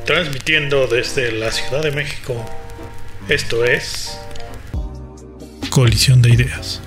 Transmitiendo desde la Ciudad de México, esto es Colisión de Ideas.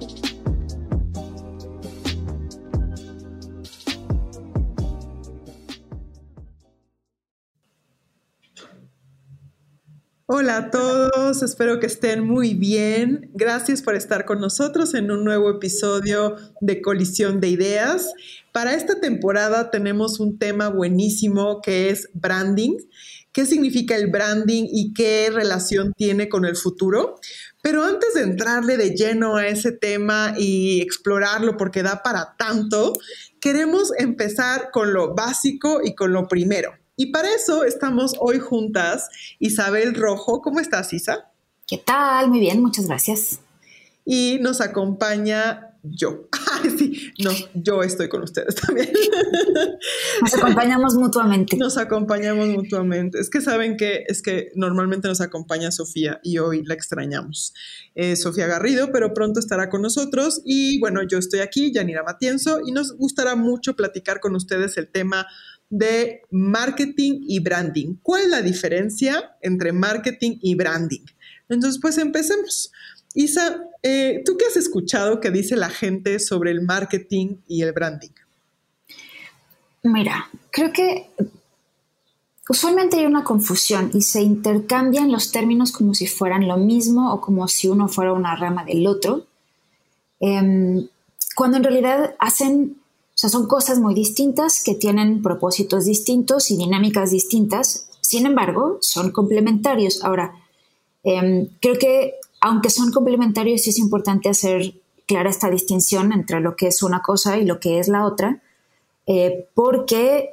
Hola a todos, espero que estén muy bien. Gracias por estar con nosotros en un nuevo episodio de Colisión de Ideas. Para esta temporada tenemos un tema buenísimo que es branding. ¿Qué significa el branding y qué relación tiene con el futuro? Pero antes de entrarle de lleno a ese tema y explorarlo porque da para tanto, queremos empezar con lo básico y con lo primero. Y para eso estamos hoy juntas, Isabel Rojo. ¿Cómo estás, Isa? ¿Qué tal? Muy bien, muchas gracias. Y nos acompaña yo. Sí, no, yo estoy con ustedes también. Nos acompañamos mutuamente. Nos acompañamos mutuamente. Es que saben que normalmente nos acompaña Sofía y hoy la extrañamos. Sofía Garrido, pero pronto estará con nosotros. Y bueno, yo estoy aquí, Yanira Matienzo, y nos gustará mucho platicar con ustedes el tema de marketing y branding. ¿Cuál es la diferencia entre marketing y branding? Entonces, pues empecemos. Isa, ¿tú qué has escuchado que dice la gente sobre el marketing y el branding? Mira, creo que usualmente hay una confusión y se intercambian los términos como si fueran lo mismo o como si uno fuera una rama del otro, cuando en realidad son cosas muy distintas que tienen propósitos distintos y dinámicas distintas. Sin embargo, son complementarios. Ahora, creo que aunque son complementarios, sí es importante hacer clara esta distinción entre lo que es una cosa y lo que es la otra, porque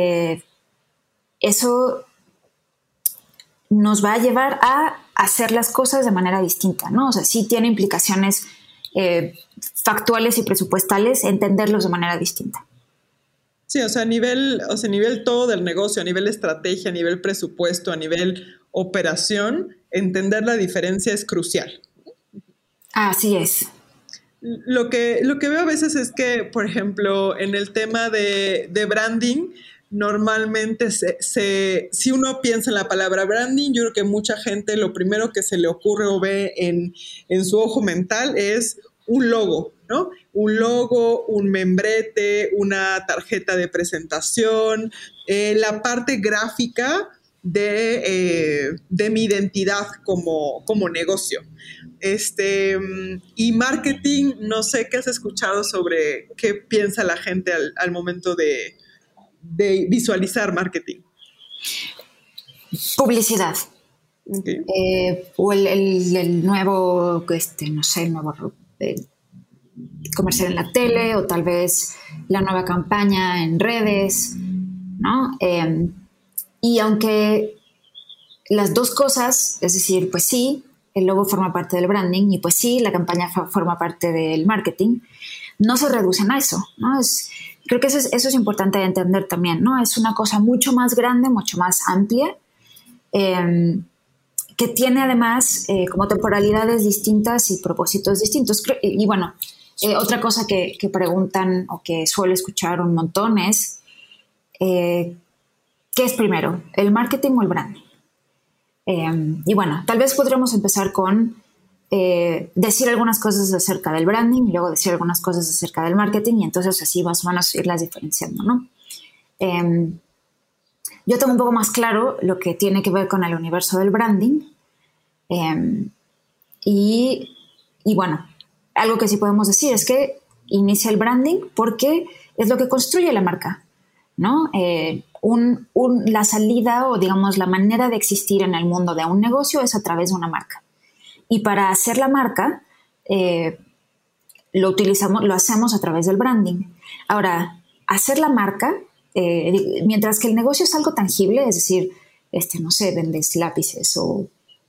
eso nos va a llevar a hacer las cosas de manera distinta, ¿no? O sea, sí tiene implicaciones factuales y presupuestales, entenderlos de manera distinta. Sí, a nivel todo del negocio, a nivel estrategia, a nivel presupuesto, a nivel operación, entender la diferencia es crucial. Así es. Lo que veo a veces es que, por ejemplo, en el tema de branding, normalmente si uno piensa en la palabra branding, yo creo que mucha gente lo primero que se le ocurre o ve en su ojo mental es un logo, ¿no? Un logo, un membrete, una tarjeta de presentación, la parte gráfica de mi identidad como negocio. Y marketing, no sé qué has escuchado sobre qué piensa la gente al momento de visualizar marketing. Publicidad. Okay. O el nuevo, nuevo comercial en la tele, o tal vez la nueva campaña en redes, ¿no? Y aunque las dos cosas, es decir, pues sí, el logo forma parte del branding y pues sí, la campaña forma parte del marketing, no se reducen a eso, ¿no? Creo que eso es importante de entender también, ¿no? Es una cosa mucho más grande, mucho más amplia, que tiene además como temporalidades distintas y propósitos distintos. Y bueno, otra cosa que preguntan o que suelo escuchar un montón es ¿qué es primero, el marketing o el branding? Y bueno, tal vez podríamos empezar con decir algunas cosas acerca del branding y luego decir algunas cosas acerca del marketing, y entonces así más o menos irlas diferenciando, ¿no? Yo tengo un poco más claro lo que tiene que ver con el universo del branding, y bueno, algo que sí podemos decir es que inicia el branding porque es lo que construye la marca, ¿no? La salida, o digamos la manera de existir en el mundo de un negocio es a través de una marca. Y para hacer la marca lo hacemos a través del branding. Ahora, hacer la marca, mientras que el negocio es algo tangible, es decir, no sé, vendes lápices o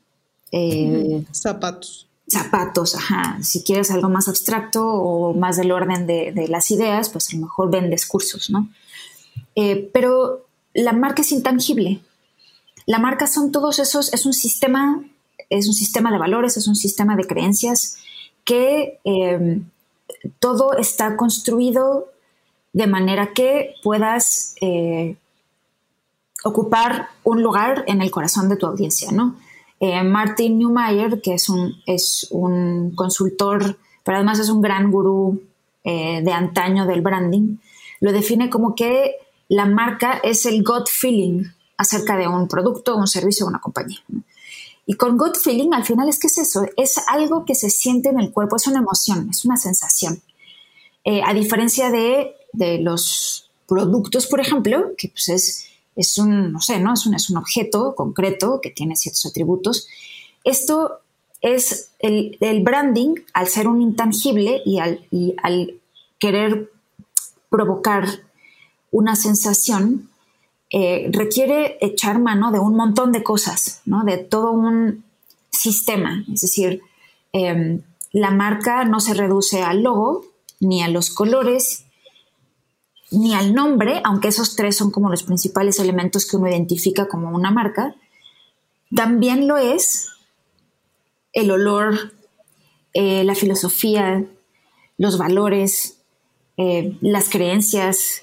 zapatos, ajá. Si quieres algo más abstracto o más del orden de las ideas, pues a lo mejor vendes cursos, ¿no? Pero la marca es intangible. La marca son todos esos, es un sistema de valores, es un sistema de creencias que todo está construido de manera que puedas ocupar un lugar en el corazón de tu audiencia, ¿no? Martin Neumeyer, que es un consultor, pero además es un gran gurú de antaño del branding, lo define como que la marca es el gut feeling acerca de un producto, un servicio o una compañía, ¿no? Y con gut feeling, al final, ¿qué es eso? Es algo que se siente en el cuerpo, es una emoción, es una sensación. A diferencia de los productos, por ejemplo, que pues es un, no sé, ¿no? Es un objeto concreto que tiene ciertos atributos. Esto es el branding, al ser un intangible y al querer provocar una sensación, requiere echar mano de un montón de cosas, ¿no? De todo un sistema. Es decir, la marca no se reduce al logo, ni a los colores, ni al nombre, aunque esos tres son como los principales elementos que uno identifica como una marca. También lo es el olor, la filosofía, los valores, las creencias,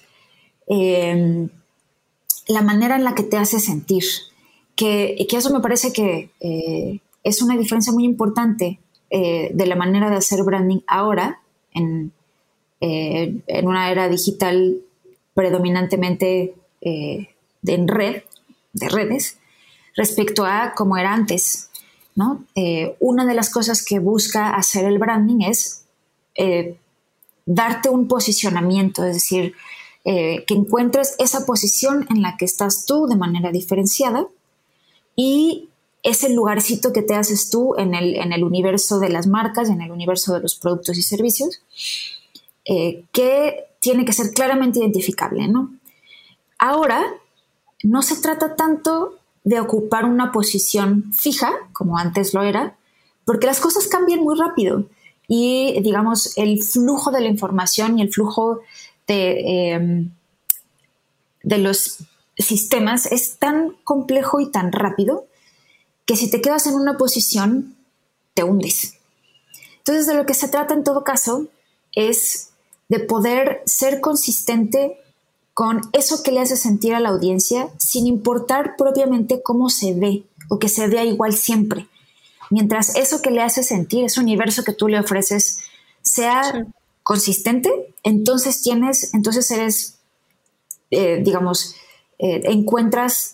la manera en la que te hace sentir, que eso me parece que es una diferencia muy importante de la manera de hacer branding ahora, en una era digital predominantemente de redes, respecto a cómo era antes, ¿no? Una de las cosas que busca hacer el branding es darte un posicionamiento, es decir, que encuentres esa posición en la que estás tú de manera diferenciada y ese lugarcito que te haces tú en el universo de las marcas, en el universo de los productos y servicios, que tiene que ser claramente identificable, ¿no? Ahora, no se trata tanto de ocupar una posición fija, como antes lo era, porque las cosas cambian muy rápido y, digamos, el flujo de la información y el flujo de los sistemas es tan complejo y tan rápido que si te quedas en una posición, te hundes. Entonces, de lo que se trata en todo caso es de poder ser consistente con eso que le hace sentir a la audiencia, sin importar propiamente cómo se ve o que se vea igual siempre. Mientras eso que le hace sentir, ese universo que tú le ofreces, sea consistente, entonces eres, encuentras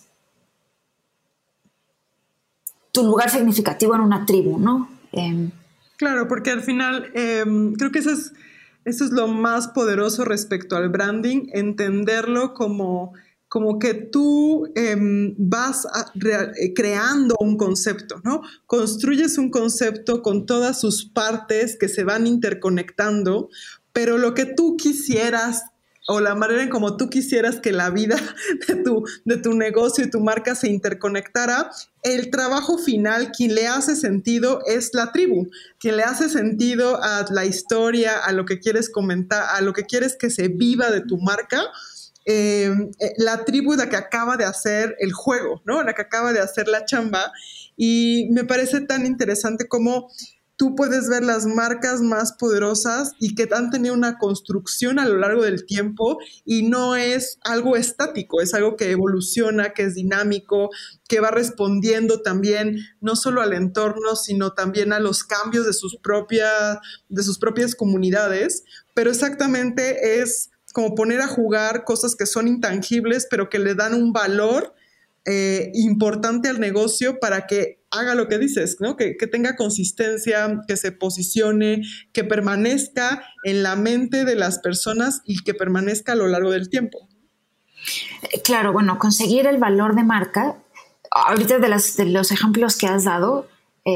tu lugar significativo en una tribu, ¿no? Claro, porque al final creo que eso es lo más poderoso respecto al branding, entenderlo como que tú vas creando un concepto, ¿no? Construyes un concepto con todas sus partes que se van interconectando, pero lo que tú quisieras o la manera en como tú quisieras que la vida de tu negocio y tu marca se interconectara, el trabajo final, quien le hace sentido es la tribu, quien le hace sentido a la historia, a lo que quieres comentar, a lo que quieres que se viva de tu marca. La tribu es la que acaba de hacer el juego, ¿no? La que acaba de hacer la chamba, y me parece tan interesante cómo tú puedes ver las marcas más poderosas y que han tenido una construcción a lo largo del tiempo y no es algo estático, es algo que evoluciona, que es dinámico, que va respondiendo también no solo al entorno, sino también a los cambios de sus propias comunidades, pero exactamente es como poner a jugar cosas que son intangibles, pero que le dan un valor importante al negocio para que haga lo que dices, ¿no? Que tenga consistencia, que se posicione, que permanezca en la mente de las personas y que permanezca a lo largo del tiempo. Claro, bueno, conseguir el valor de marca, ahorita de los ejemplos que has dado,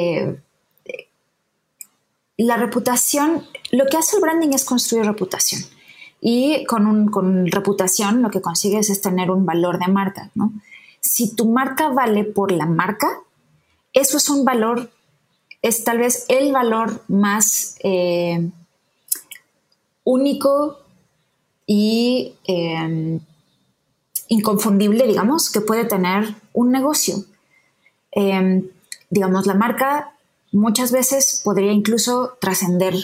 la reputación, lo que hace el branding es construir reputación. Y con reputación lo que consigues es tener un valor de marca, ¿no? Si tu marca vale por la marca, eso es un valor, es tal vez el valor más único y inconfundible, digamos, que puede tener un negocio. Digamos, la marca muchas veces podría incluso trascender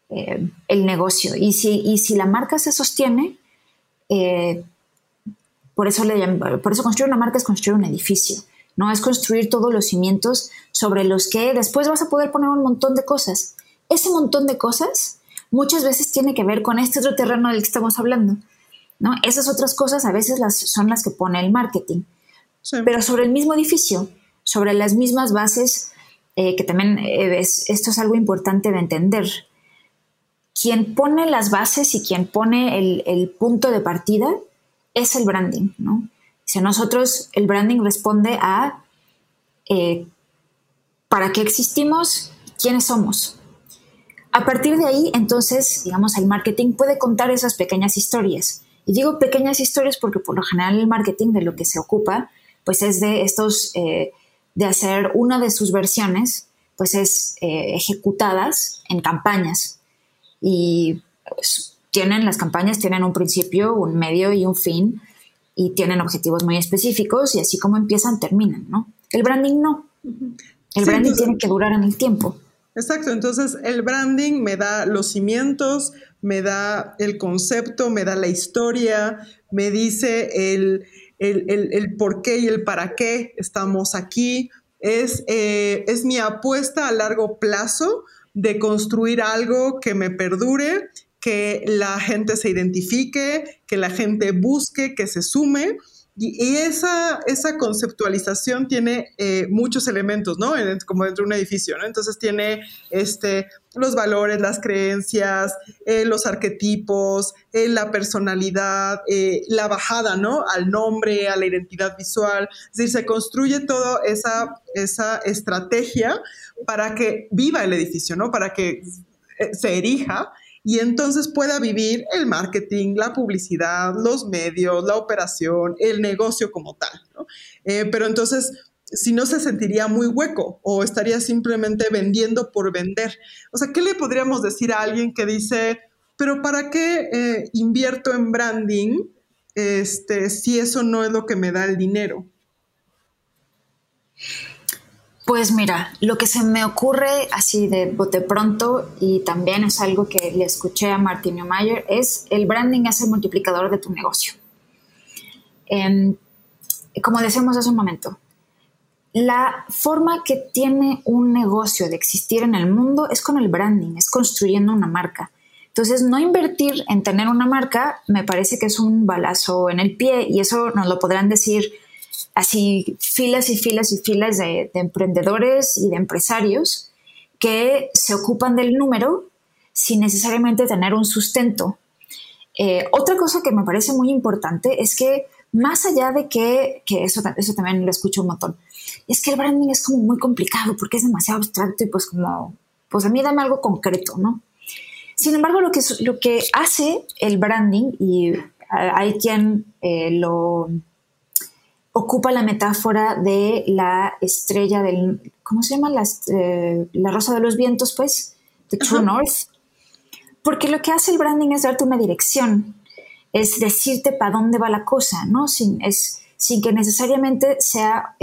el negocio. Y si la marca se sostiene, Por eso construir una marca es construir un edificio, ¿no? Es construir todos los cimientos sobre los que después vas a poder poner un montón de cosas. Ese montón de cosas muchas veces tiene que ver con este otro terreno del que estamos hablando, ¿no? Esas otras cosas a veces son las que pone el marketing. Sí. Pero sobre el mismo edificio, sobre las mismas bases, que también esto es algo importante de entender. Quien pone las bases y quien pone el punto de partida es el branding, ¿no? Si nosotros, el branding responde a ¿para qué existimos? ¿Quiénes somos? A partir de ahí, entonces, digamos, el marketing puede contar esas pequeñas historias. Y digo pequeñas historias porque por lo general el marketing de lo que se ocupa, pues es de estos, de hacer una de sus versiones, pues es ejecutadas en campañas. Y pues, las campañas tienen un principio, un medio y un fin, y tienen objetivos muy específicos, y así como empiezan, terminan, ¿no? El branding no. El branding tiene que durar en el tiempo. Exacto, entonces el branding me da los cimientos, me da el concepto, me da la historia, me dice el por qué y el para qué estamos aquí. Es mi apuesta a largo plazo de construir algo que me perdure, que la gente se identifique, que la gente busque, que se sume. Y esa conceptualización tiene muchos elementos, ¿no? Como dentro de un edificio, ¿no? Entonces tiene los valores, las creencias, los arquetipos, la personalidad, la bajada, ¿no? Al nombre, a la identidad visual. Es decir, se construye toda esa estrategia para que viva el edificio, ¿no? Para que se erija y entonces pueda vivir el marketing, la publicidad, los medios, la operación, el negocio como tal, ¿no? Pero entonces, si no, se sentiría muy hueco o estaría simplemente vendiendo por vender. O sea, ¿qué le podríamos decir a alguien que dice, pero ¿para qué invierto en branding si eso no es lo que me da el dinero? Pues mira, lo que se me ocurre así de bote pronto, y también es algo que le escuché a Martin Neumayer, es el branding es el multiplicador de tu negocio. Como decíamos hace un momento, la forma que tiene un negocio de existir en el mundo es con el branding, es construyendo una marca. Entonces, no invertir en tener una marca me parece que es un balazo en el pie, y eso nos lo podrán decir así filas y filas y filas de emprendedores y de empresarios que se ocupan del número sin necesariamente tener un sustento. Otra cosa que me parece muy importante es que más allá de que eso también lo escucho un montón, es que el branding es como muy complicado porque es demasiado abstracto y pues a mí dame algo concreto, ¿no? Sin embargo, lo que hace el branding, y hay quien lo ocupa la metáfora de la estrella ¿cómo se llama? La rosa de los vientos, pues, de True North. Porque lo que hace el branding es darte una dirección, es decirte para dónde va la cosa, ¿no? Sin que necesariamente sea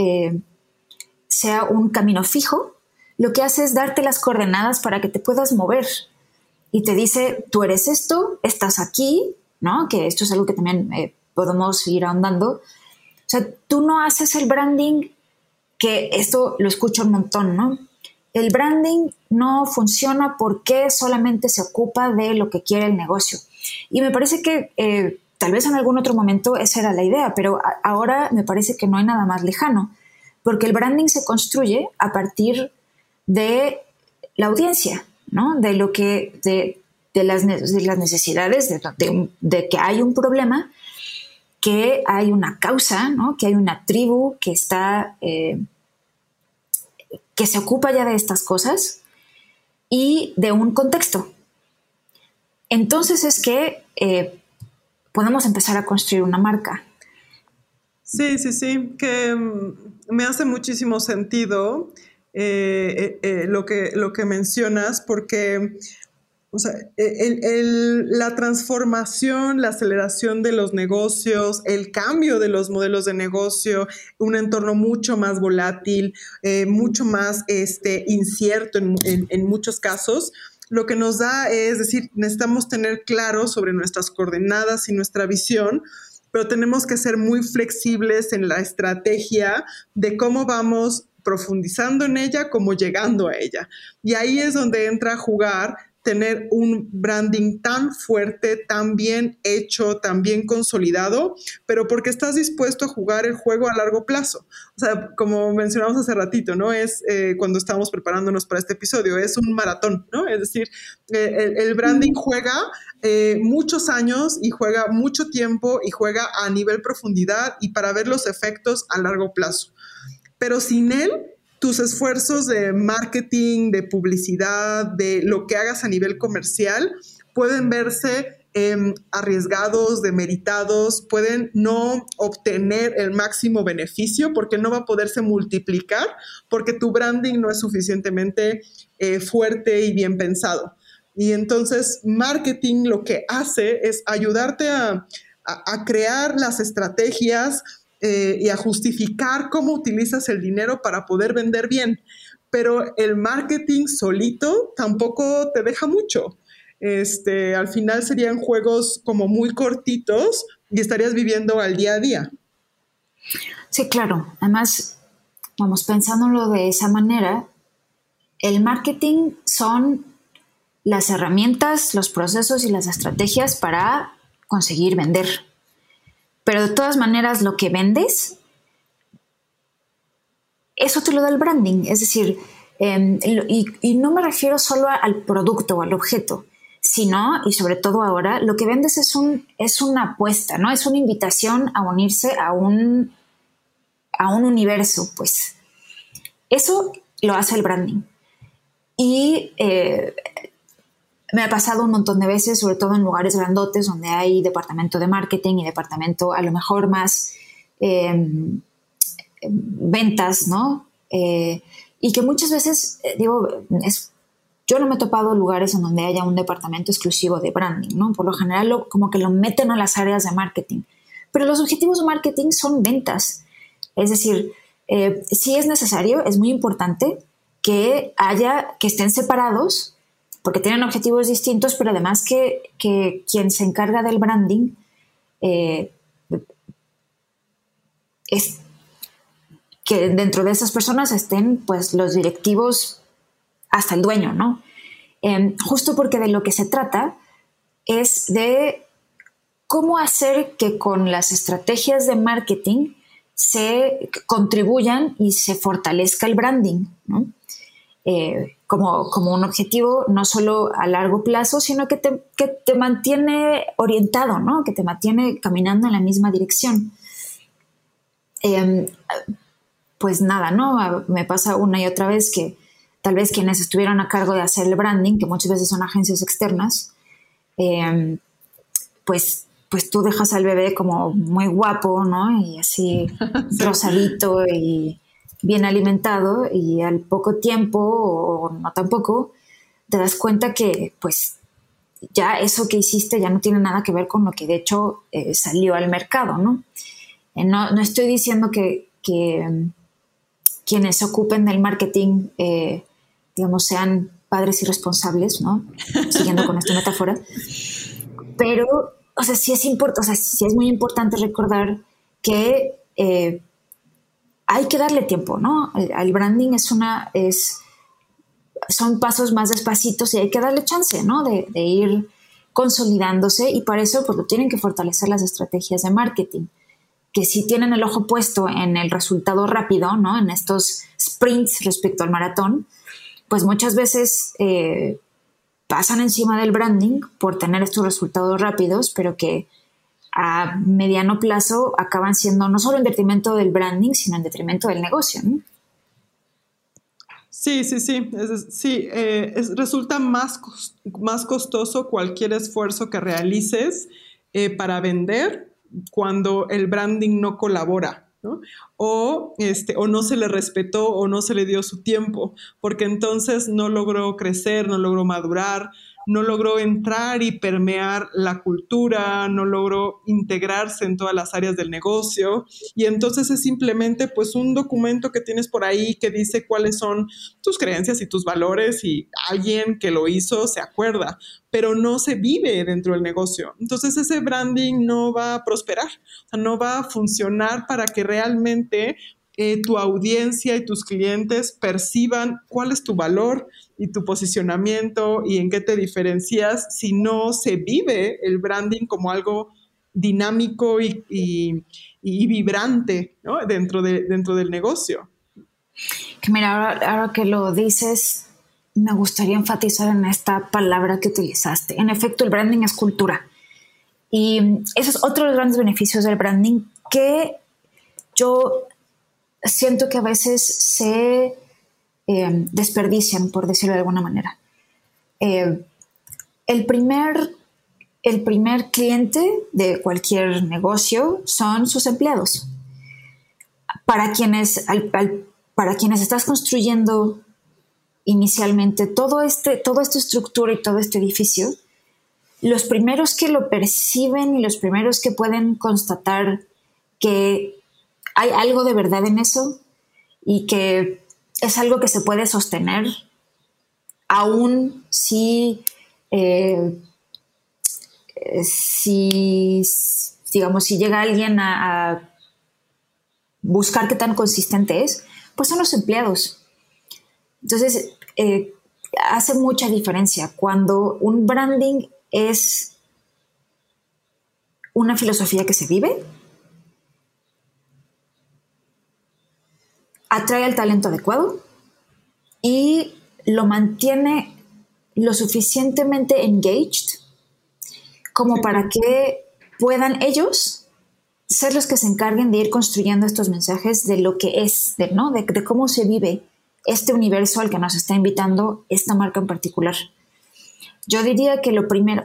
un camino fijo. Lo que hace es darte las coordenadas para que te puedas mover. Y te dice, tú eres esto, estás aquí, ¿no? Que esto es algo que también podemos ir ahondando. O sea, tú no haces el branding, que esto lo escucho un montón, ¿no? El branding no funciona porque solamente se ocupa de lo que quiere el negocio. Y me parece que tal vez en algún otro momento esa era la idea, pero ahora me parece que no hay nada más lejano, porque el branding se construye a partir de la audiencia, ¿no? De lo que, de las necesidades, de que hay un problema, que hay una causa, ¿no? Que hay una tribu que está que se ocupa ya de estas cosas y de un contexto. Entonces es que podemos empezar a construir una marca. Sí, que me hace muchísimo sentido lo que mencionas, porque o sea, la transformación, la aceleración de los negocios, el cambio de los modelos de negocio, un entorno mucho más volátil, mucho más incierto en muchos casos, lo que nos da es decir, necesitamos tener claro sobre nuestras coordenadas y nuestra visión pero tenemos que ser muy flexibles en la estrategia de cómo vamos profundizando en ella, como llegando a ella. Y ahí es donde entra a jugar tener un branding tan fuerte, tan bien hecho, tan bien consolidado, pero porque estás dispuesto a jugar el juego a largo plazo. O sea, como mencionamos hace ratito, ¿no? Es cuando estábamos preparándonos para este episodio, es un maratón, ¿no? Es decir, el branding juega muchos años y juega mucho tiempo y juega a nivel profundidad y para ver los efectos a largo plazo. Pero sin él, tus esfuerzos de marketing, de publicidad, de lo que hagas a nivel comercial, pueden verse arriesgados, demeritados, pueden no obtener el máximo beneficio porque no va a poderse multiplicar, porque tu branding no es suficientemente fuerte y bien pensado. Y entonces, marketing lo que hace es ayudarte a crear las estrategias y a justificar cómo utilizas el dinero para poder vender bien. Pero el marketing solito tampoco te deja mucho. Al final serían juegos como muy cortitos y estarías viviendo al día a día. Sí, claro. Además, vamos, pensándolo de esa manera, el marketing son las herramientas, los procesos y las estrategias para conseguir vender. Pero de todas maneras, lo que vendes, eso te lo da el branding. Es decir, y no me refiero solo al producto o al objeto, sino, y sobre todo ahora, lo que vendes es una apuesta, ¿no? Es una invitación a unirse a un universo, pues. Eso lo hace el branding. Y me ha pasado un montón de veces, sobre todo en lugares grandotes donde hay departamento de marketing y departamento a lo mejor más ventas, ¿no? Y que muchas veces, yo no me he topado lugares en donde haya un departamento exclusivo de branding, ¿no? Por lo general como que lo meten a las áreas de marketing. Pero los objetivos de marketing son ventas. Es decir, sí es necesario, es muy importante que estén separados porque tienen objetivos distintos, pero además que quien se encarga del branding es que dentro de esas personas estén pues los directivos hasta el dueño, ¿no? Justo porque de lo que se trata es de cómo hacer que con las estrategias de marketing se contribuyan y se fortalezca el branding, ¿no? Como un objetivo no solo a largo plazo, sino que te mantiene orientado, ¿no? Que te mantiene caminando en la misma dirección. Pues nada, ¿no? Me pasa una y otra vez que tal vez quienes estuvieron a cargo de hacer el branding, que muchas veces son agencias externas, pues tú dejas al bebé como muy guapo, ¿no? Y así sí. Rosadito y bien alimentado, y al poco tiempo o no tampoco te das cuenta que pues ya eso que hiciste ya no tiene nada que ver con lo que de hecho salió al mercado, ¿no? No estoy diciendo que quienes se ocupen del marketing digamos sean padres irresponsables, ¿no? Siguiendo con esta metáfora, pero o sea, sí es muy importante recordar que hay que darle tiempo, ¿no? Al branding son pasos más despacitos y hay que darle chance, ¿no? De ir consolidándose, y para eso pues lo tienen que fortalecer las estrategias de marketing, que si tienen el ojo puesto en el resultado rápido, ¿no? En estos sprints respecto al maratón, pues muchas veces pasan encima del branding por tener estos resultados rápidos, pero que a mediano plazo acaban siendo no solo en detrimento del branding, sino en detrimento del negocio, ¿no? Sí. Resulta más costoso cualquier esfuerzo que realices para vender cuando el branding no colabora, ¿no? O no se le respetó o no se le dio su tiempo, porque entonces no logró crecer, no logró madurar, no logró entrar y permear la cultura, no logró integrarse en todas las áreas del negocio, y entonces es simplemente pues un documento que tienes por ahí que dice cuáles son tus creencias y tus valores, y alguien que lo hizo se acuerda, pero no se vive dentro del negocio. Entonces ese branding no va a prosperar, o sea, no va a funcionar para que realmente tu audiencia y tus clientes perciban cuál es tu valor y tu posicionamiento y en qué te diferencias, si no se vive el branding como algo dinámico y vibrante, ¿no? dentro del negocio. Que mira, ahora que lo dices, me gustaría enfatizar en esta palabra que utilizaste. En efecto, el branding es cultura. Y eso es otro de los grandes beneficios del branding, que yo siento que a veces se desperdician, por decirlo de alguna manera. El primer cliente de cualquier negocio son sus empleados. Para quienes estás construyendo inicialmente toda esta estructura y todo este edificio, los primeros que lo perciben y los primeros que pueden constatar que hay algo de verdad en eso y que es algo que se puede sostener, aún si llega alguien a buscar qué tan consistente es, pues son los empleados. Entonces, hace mucha diferencia cuando un branding es una filosofía que se vive, atrae al talento adecuado y lo mantiene lo suficientemente engaged como para que puedan ellos ser los que se encarguen de ir construyendo estos mensajes de lo que es, de cómo se vive este universo al que nos está invitando esta marca en particular. Yo diría que el primer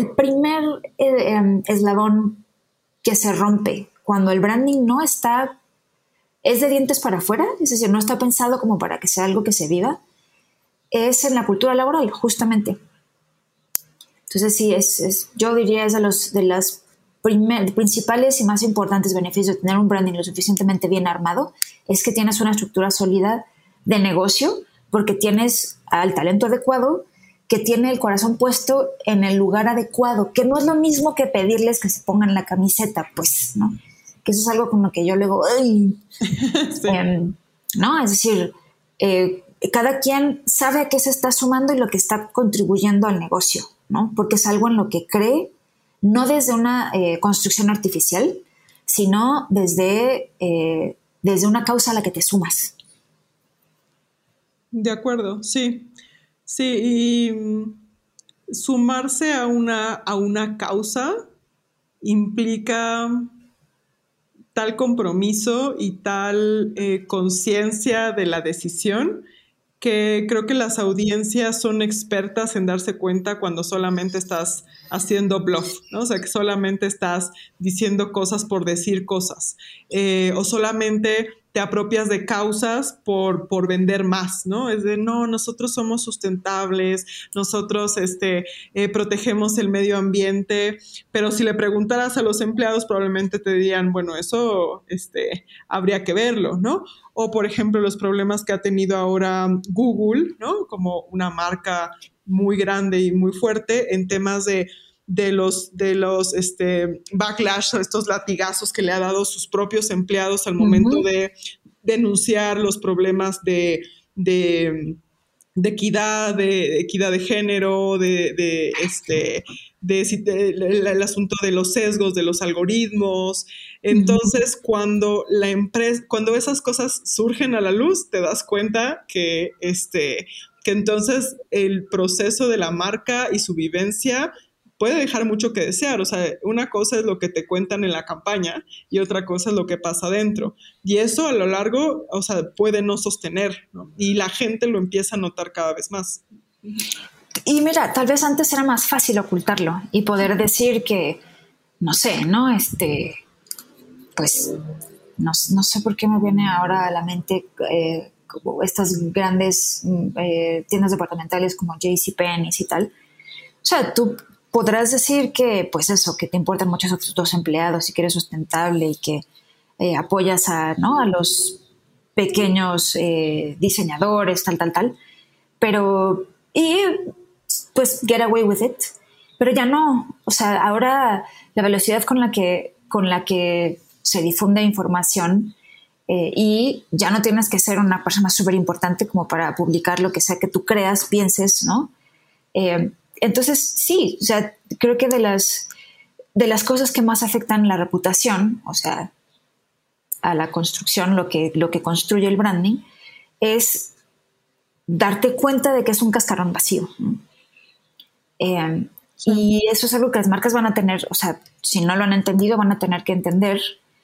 eslabón que se rompe cuando el branding no está, es de dientes para afuera, es decir, no está pensado como para que sea algo que se viva, es en la cultura laboral, justamente. Entonces sí, yo diría es de los principales y más importantes beneficios de tener un branding lo suficientemente bien armado, es que tienes una estructura sólida de negocio, porque tienes al talento adecuado, que tiene el corazón puesto en el lugar adecuado, que no es lo mismo que pedirles que se pongan la camiseta, pues, ¿no? Que eso es algo con lo que yo luego, ¡ay! Sí. ¿No? Es decir, cada quien sabe a qué se está sumando y lo que está contribuyendo al negocio, ¿no? Porque es algo en lo que cree, no desde una construcción artificial, sino desde una causa a la que te sumas. De acuerdo, sí. Sí, y sumarse a una causa implica tal compromiso y tal conciencia de la decisión que creo que las audiencias son expertas en darse cuenta cuando solamente estás haciendo bluff, ¿no? O sea, que solamente estás diciendo cosas por decir cosas, o solamente te apropias de causas por vender más, ¿no? Es de, no, nosotros somos sustentables, nosotros protegemos el medio ambiente, pero si le preguntaras a los empleados probablemente te dirían, bueno, eso habría que verlo, ¿no? O, por ejemplo, los problemas que ha tenido ahora Google, ¿no? Como una marca muy grande y muy fuerte en temas de los backlash, estos latigazos que le ha dado sus propios empleados al momento de denunciar los problemas de equidad, de equidad de género, el asunto de los sesgos de los algoritmos. Entonces, cuando esas cosas surgen a la luz, te das cuenta que entonces el proceso de la marca y su vivencia puede dejar mucho que desear. O sea, una cosa es lo que te cuentan en la campaña y otra cosa es lo que pasa adentro. Y eso a lo largo, o sea, puede no sostener, ¿no? Y la gente lo empieza a notar cada vez más. Y mira, tal vez antes era más fácil ocultarlo y poder decir que, no sé, ¿no? Pues, no sé por qué me viene ahora a la mente estas grandes tiendas departamentales como JCPenney y tal. O sea, tú podrás decir que, pues eso, que te importan mucho tus empleados y que eres sustentable y que apoyas ¿no? a los pequeños diseñadores, tal, pero, y pues get away with it, pero ya no, o sea, ahora la velocidad con la que se difunde información y ya no tienes que ser una persona súper importante como para publicar lo que sea que tú creas, pienses, ¿no? Entonces, sí, o sea, creo que de las cosas que más afectan la reputación, o sea, a la construcción, lo que construye el branding, es darte cuenta de que es un cascarón vacío, ¿no? Sí. Y eso es algo que las marcas van a tener, o sea, si no lo han entendido, van a tener que entender,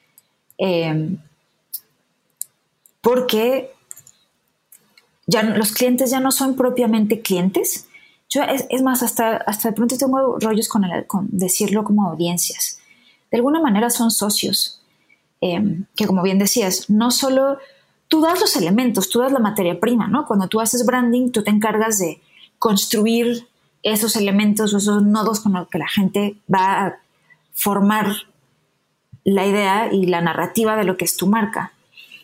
porque ya los clientes ya no son propiamente clientes. Yo, es más, hasta de pronto tengo rollos con decirlo como audiencias. De alguna manera son socios, que como bien decías, no solo tú das los elementos, tú das la materia prima, ¿no? Cuando tú haces branding, tú te encargas de construir esos elementos o esos nodos con los que la gente va a formar la idea y la narrativa de lo que es tu marca.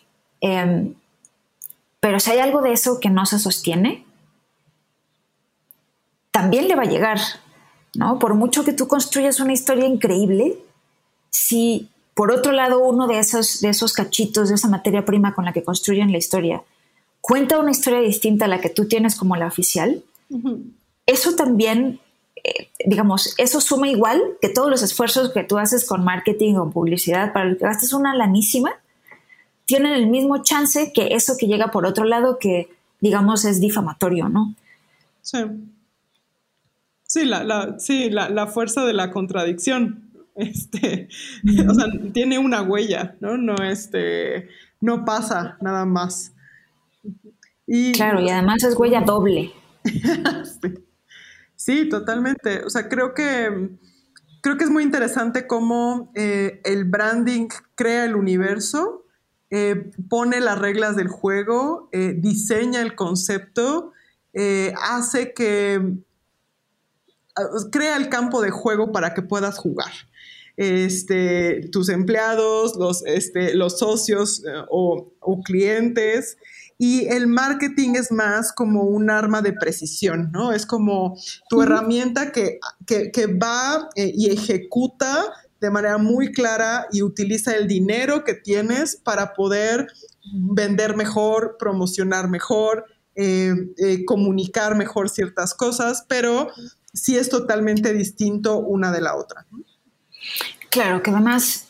Pero si hay algo de eso que no se sostiene, también le va a llegar, ¿no? Por mucho que tú construyas una historia increíble, si por otro lado uno de esos cachitos, de esa materia prima con la que construyen la historia, cuenta una historia distinta a la que tú tienes como la oficial, eso también, digamos, eso suma igual que todos los esfuerzos que tú haces con marketing o publicidad, para el que gastes una lanísima, tienen el mismo chance que eso que llega por otro lado, que digamos es difamatorio, ¿no? Sí. Sí, la fuerza de la contradicción. O sea, tiene una huella, ¿no? No pasa nada más. Claro, y además es huella doble. Sí, totalmente. O sea, creo que es muy interesante cómo el branding crea el universo, pone las reglas del juego, diseña el concepto, hace que crea el campo de juego para que puedas jugar. Tus empleados, los socios o clientes. Y el marketing es más como un arma de precisión, ¿no? Es como tu herramienta que va y ejecuta de manera muy clara y utiliza el dinero que tienes para poder vender mejor, promocionar mejor, comunicar mejor ciertas cosas, pero sí es totalmente distinto una de la otra, ¿no? Claro, que además,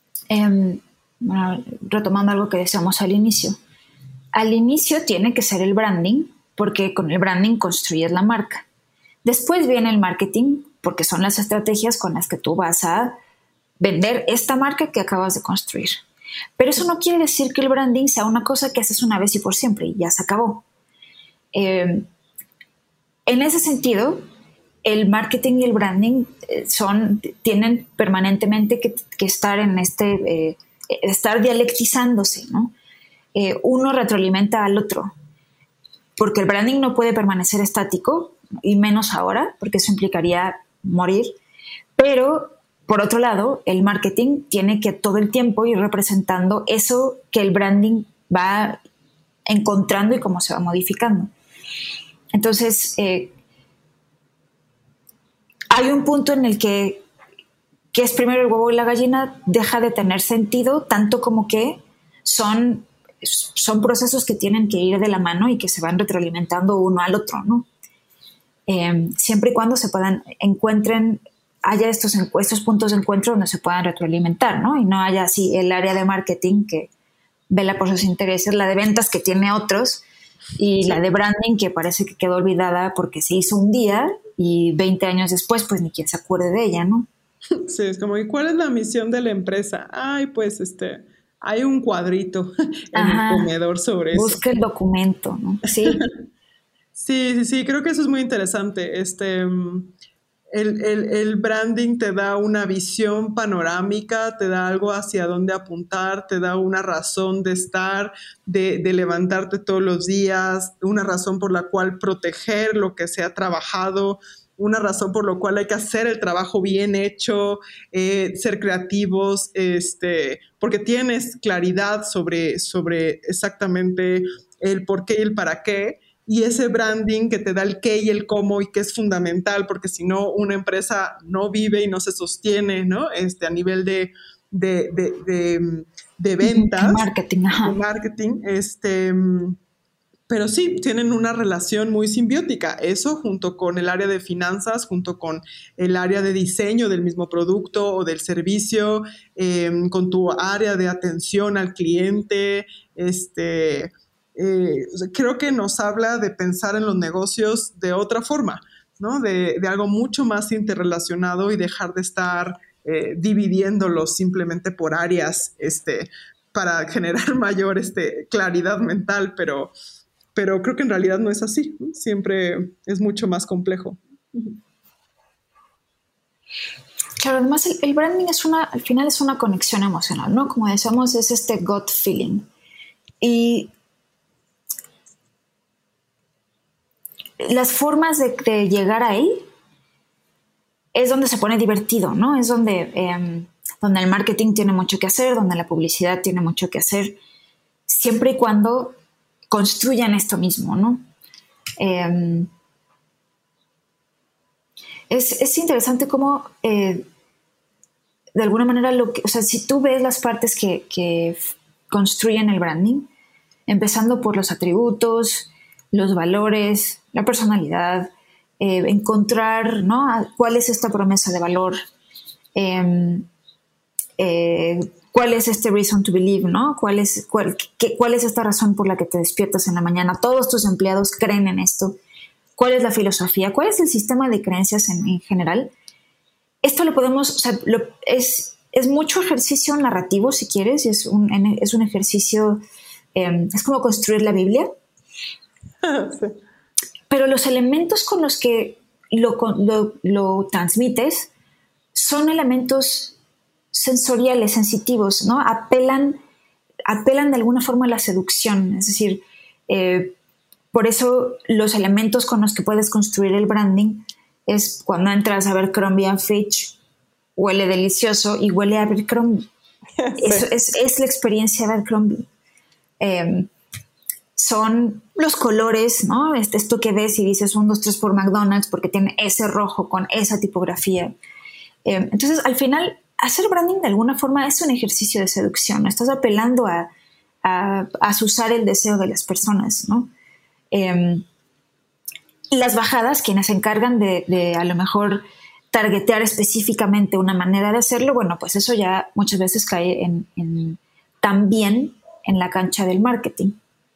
retomando algo que decíamos al inicio tiene que ser el branding, porque con el branding construyes la marca. Después viene el marketing, porque son las estrategias con las que tú vas a vender esta marca que acabas de construir. Pero eso no quiere decir que el branding sea una cosa que haces una vez y por siempre y ya se acabó. En ese sentido, el marketing y el branding tienen permanentemente que estar en estar dialectizándose, ¿no? Uno retroalimenta al otro, porque el branding no puede permanecer estático, y menos ahora, porque eso implicaría morir, pero por otro lado, el marketing tiene que todo el tiempo ir representando eso que el branding va encontrando y cómo se va modificando. Entonces, hay un punto en el que es primero el huevo y la gallina, deja de tener sentido, tanto como que son procesos que tienen que ir de la mano y que se van retroalimentando uno al otro, ¿no? Siempre y cuando haya estos puntos de encuentro donde se puedan retroalimentar, ¿no? Y no haya así el área de marketing que vela por sus intereses, la de ventas que tiene otros, y la de branding que parece que quedó olvidada porque se hizo un día y 20 años después pues ni quien se acuerde de ella, ¿no? Sí, es como, ¿y cuál es la misión de la empresa? Ay, pues hay un cuadrito en el comedor sobre eso. Busca el documento, ¿no? Sí. Sí, creo que eso es muy interesante. El branding te da una visión panorámica, te da algo hacia dónde apuntar, te da una razón de estar, de levantarte todos los días, una razón por la cual proteger lo que se ha trabajado, una razón por la cual hay que hacer el trabajo bien hecho, ser creativos, porque tienes claridad sobre exactamente el por qué y el para qué, y ese branding que te da el qué y el cómo y que es fundamental, porque si no, una empresa no vive y no se sostiene, ¿no? A nivel de ventas. De marketing, ajá. De marketing, pero sí, tienen una relación muy simbiótica. Eso junto con el área de finanzas, junto con el área de diseño del mismo producto o del servicio, con tu área de atención al cliente, creo que nos habla de pensar en los negocios de otra forma, ¿no? De algo mucho más interrelacionado y dejar de estar dividiéndolos simplemente por áreas para generar mayor claridad mental, pero creo que en realidad no es así, ¿no? Siempre es mucho más complejo. Claro, además el branding al final es una conexión emocional, ¿no? Como decíamos, es gut feeling. Y las formas de llegar ahí es donde se pone divertido, ¿no? Es donde el marketing tiene mucho que hacer, donde la publicidad tiene mucho que hacer, siempre y cuando construyan esto mismo, ¿no? Es interesante cómo, de alguna manera, si tú ves las partes que construyen el branding, empezando por los atributos, los valores, la personalidad, encontrar, ¿no? cuál es esta promesa de valor, cuál es este reason to believe, ¿no? ¿Cuál es esta razón por la que te despiertas en la mañana? Todos tus empleados creen en esto. ¿Cuál es la filosofía? ¿Cuál es el sistema de creencias en general? Esto lo podemos, es mucho ejercicio narrativo, si quieres, y es un ejercicio, es como construir la Biblia. Sí. Pero los elementos con los que lo transmites son elementos sensoriales, sensitivos, ¿no? Apelan de alguna forma a la seducción. Es decir, por eso los elementos con los que puedes construir el branding es cuando entras a Abercrombie & Fitch, huele delicioso y huele a Abercrombie. Sí. Es la experiencia de Abercrombie. Son los colores, ¿no? Esto que ves y dices 1, 2, 3 por McDonald's porque tiene ese rojo con esa tipografía. Entonces, al final, hacer branding de alguna forma es un ejercicio de seducción, ¿no? Estás apelando a azuzar el deseo de las personas, ¿no? Y las bajadas, quienes se encargan de a lo mejor targetear específicamente una manera de hacerlo, bueno, pues eso ya muchas veces cae también en la cancha del marketing.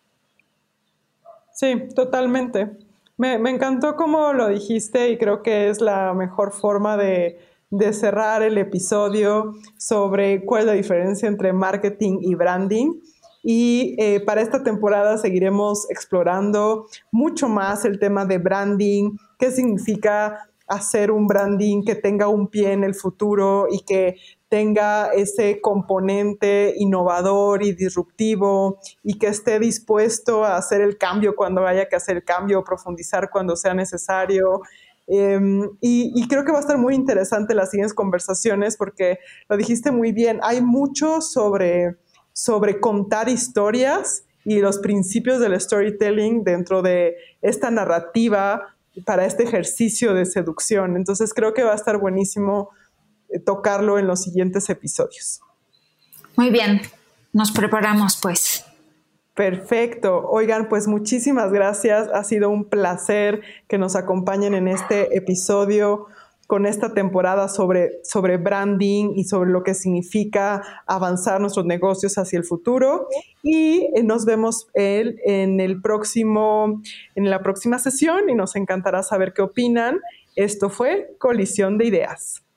Sí, totalmente. Me encantó cómo lo dijiste y creo que es la mejor forma de cerrar el episodio sobre cuál es la diferencia entre marketing y branding. Y para esta temporada seguiremos explorando mucho más el tema de branding, qué significa hacer un branding que tenga un pie en el futuro y que tenga ese componente innovador y disruptivo y que esté dispuesto a hacer el cambio cuando haya que hacer el cambio o profundizar cuando sea necesario. Y creo que va a estar muy interesante las siguientes conversaciones porque lo dijiste muy bien, hay mucho sobre contar historias y los principios del storytelling dentro de esta narrativa para este ejercicio de seducción. Entonces creo que va a estar buenísimo tocarlo en los siguientes episodios. Muy bien, nos preparamos pues. Perfecto. Oigan, pues muchísimas gracias. Ha sido un placer que nos acompañen en este episodio con esta temporada sobre branding y sobre lo que significa avanzar nuestros negocios hacia el futuro. Y nos vemos en la próxima sesión y nos encantará saber qué opinan. Esto fue Colisión de Ideas.